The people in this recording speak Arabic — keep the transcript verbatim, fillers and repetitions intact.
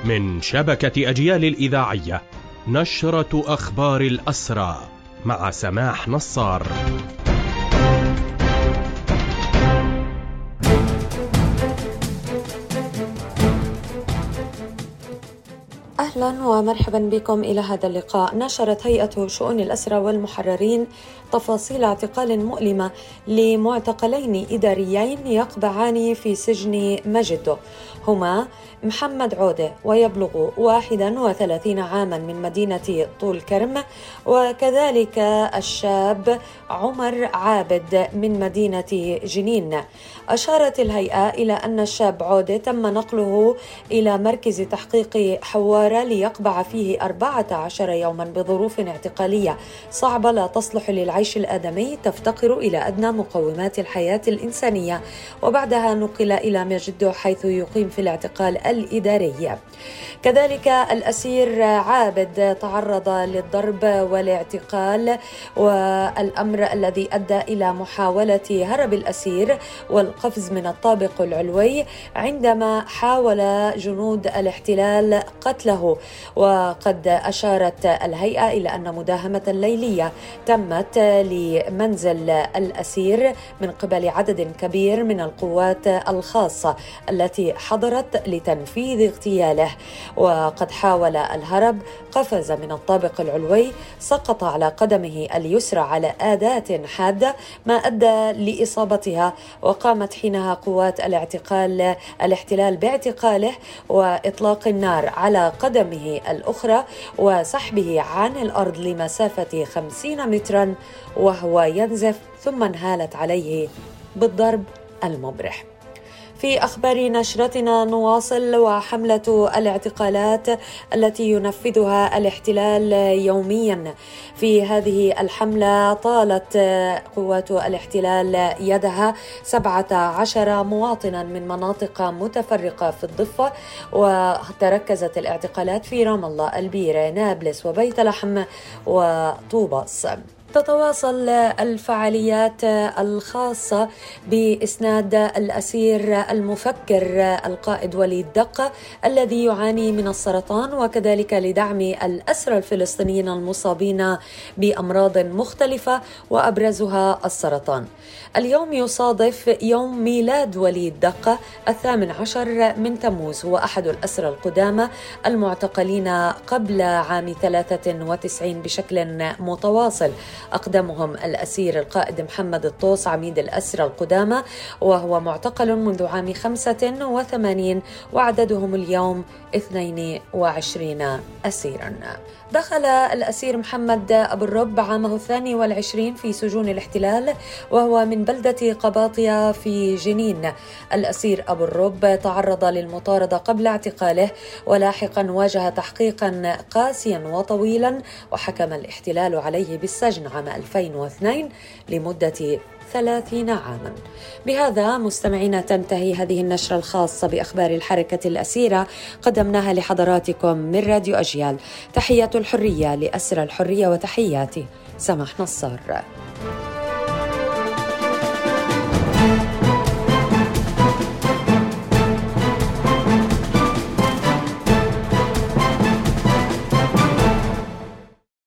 من شبكة أجيال الإذاعية، نشرة أخبار الأسرى مع سماح نصار. أهلا ومرحبا بكم إلى هذا اللقاء. نشرت هيئة شؤون الأسرى والمحررين تفاصيل اعتقال مؤلمة لمعتقلين إداريين يقبعان في سجن مجدو، هما محمد عودة ويبلغ واحدا وثلاثين عاما من مدينة طول كرم، وكذلك الشاب عمر عابد من مدينة جنين. أشارت الهيئة إلى أن الشاب عودة تم نقله إلى مركز تحقيق حوارة ليقبع فيه أربعة عشر يوما بظروف اعتقالية صعبة لا تصلح للعيش الآدمي، تفتقر إلى أدنى مقومات الحياة الإنسانية، وبعدها نقل إلى مجدو حيث يقيم في الاعتقال الإداري. كذلك الأسير عابد تعرض للضرب والاعتقال، والأمر الذي أدى إلى محاولة هرب الأسير والقفز من الطابق العلوي عندما حاول جنود الاحتلال قتله. وقد أشارت الهيئة إلى أن مداهمة ليلية تمت لمنزل الأسير من قبل عدد كبير من القوات الخاصة التي حضرت لتنفيذ اغتياله، وقد حاول الهرب، قفز من الطابق العلوي، سقط على قدمه اليسرى على أداة حادة ما أدى لإصابتها، وقامت حينها قوات الاعتقال الاحتلال باعتقاله وإطلاق النار على قدمه الأخرى وسحبه عن الأرض لمسافة خمسين مترا وهو ينزف، ثم انهالت عليه بالضرب المبرح. في أخبار نشرتنا نواصل، وحملة الاعتقالات التي ينفذها الاحتلال يوميا. في هذه الحملة طالت قوات الاحتلال يدها سبعة عشر مواطنا من مناطق متفرقة في الضفة، وتركزت الاعتقالات في رام الله، البيرة، نابلس، وبيت لحم وطوباس. تتواصل الفعاليات الخاصة بإسناد الأسير المفكر القائد وليد دقة الذي يعاني من السرطان، وكذلك لدعم الأسرى الفلسطينيين المصابين بأمراض مختلفة وأبرزها السرطان. اليوم يصادف يوم ميلاد وليد دقة الثامن عشر من تموز، هو أحد الأسرى القدامى المعتقلين قبل عام ثلاثة وتسعين بشكل متواصل، أقدمهم الأسير القائد محمد الطوس عميد الأسرى القدامى، وهو معتقل منذ عام خمسة وثمانين، وعددهم اليوم اثنين وعشرين أسيرا. دخل الأسير محمد أبو الرب عامه الثاني والعشرين في سجون الاحتلال، وهو من بلدة قباطية في جنين. الأسير أبو الرب تعرض للمطاردة قبل اعتقاله، ولاحقا واجه تحقيقا قاسيا وطويلا، وحكم الاحتلال عليه بالسجن عام ألفين واثنين لمدة ثلاثين عاما. بهذا مستمعينا تنتهي هذه النشرة الخاصة بأخبار الحركة الأسيرة، قدمناها لحضراتكم من راديو أجيال. تحيات الحرية لأسرى الحرية، وتحياتي سماح نصار.